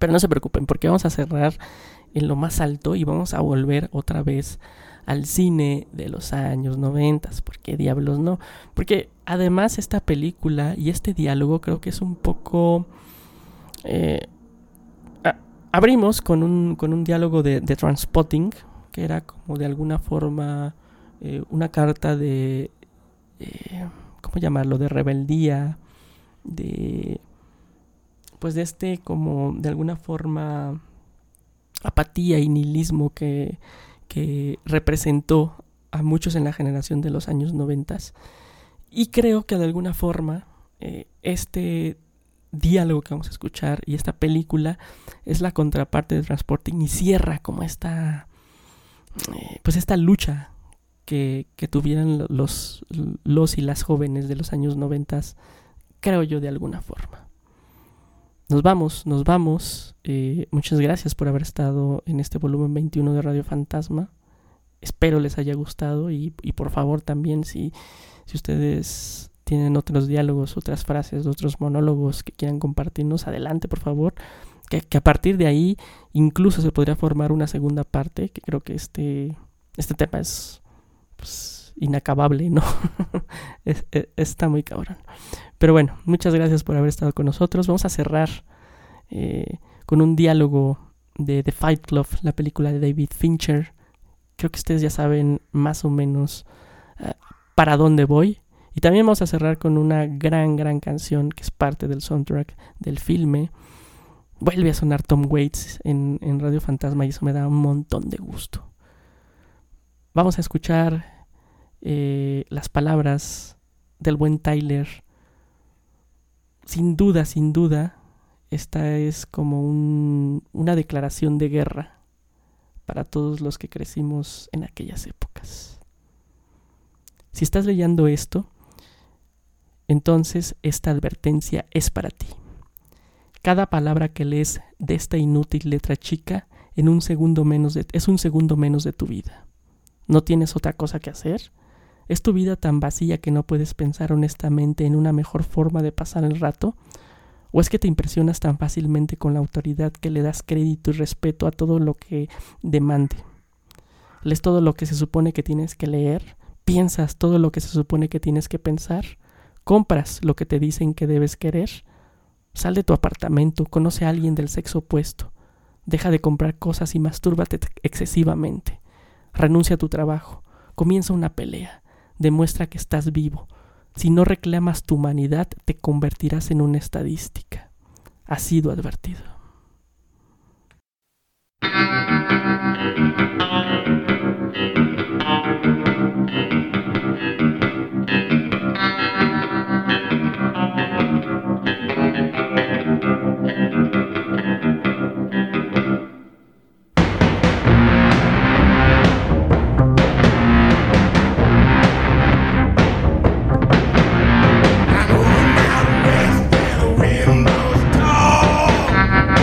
Speaker 2: Pero no se preocupen, porque vamos a cerrar en lo más alto y vamos a volver otra vez al cine de los años noventas. ¿Por qué diablos no? Porque además esta película y este diálogo creo que es un poco... Eh, a, abrimos con un, con un diálogo de, de Trainspotting, que era como de alguna forma eh, una carta de... Eh, ¿Cómo llamarlo? De rebeldía, de... Pues de este como de alguna forma apatía y nihilismo que... que representó a muchos en la generación de los años noventas. Y creo que de alguna forma eh, este diálogo que vamos a escuchar y esta película es la contraparte de Trainspotting y cierra como esta eh, pues esta lucha que, que tuvieran los, los y las jóvenes de los años noventas, creo yo, de alguna forma. Nos vamos, nos vamos. Eh, muchas gracias por haber estado en este volumen veintiuno de Radio Fantasma. Espero les haya gustado y, y por favor también si, si ustedes tienen otros diálogos, otras frases, otros monólogos que quieran compartirnos, adelante por favor. Que, que a partir de ahí incluso se podría formar una segunda parte, que creo que este, este tema es pues, inacabable, ¿no? es, es, está muy cabrón. Pero bueno, muchas gracias por haber estado con nosotros. Vamos a cerrar eh, con un diálogo de The Fight Club, la película de David Fincher. Creo que ustedes ya saben más o menos uh, para dónde voy. Y también vamos a cerrar con una gran, gran canción que es parte del soundtrack del filme. Vuelve a sonar Tom Waits en, en Radio Fantasma y eso me da un montón de gusto. Vamos a escuchar eh, las palabras del buen Tyler. Sin duda, sin duda, esta es como un, una declaración de guerra para todos los que crecimos en aquellas épocas. Si estás leyendo esto, entonces esta advertencia es para ti. Cada palabra que lees de esta inútil letra chica en un segundo menos de, es un segundo menos de tu vida. ¿No tienes otra cosa que hacer? ¿Es tu vida tan vacía que no puedes pensar honestamente en una mejor forma de pasar el rato? ¿O es que te impresionas tan fácilmente con la autoridad que le das crédito y respeto a todo lo que demande? ¿Lees todo lo que se supone que tienes que leer? ¿Piensas todo lo que se supone que tienes que pensar? ¿Compras lo que te dicen que debes querer? Sal de tu apartamento, conoce a alguien del sexo opuesto. Deja de comprar cosas y mastúrbate excesivamente. Renuncia a tu trabajo. Comienza una pelea. Demuestra que estás vivo. Si no reclamas tu humanidad, te convertirás en una estadística. Has sido advertido.
Speaker 10: I'm going out west and the wind blows tall.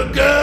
Speaker 10: the girl.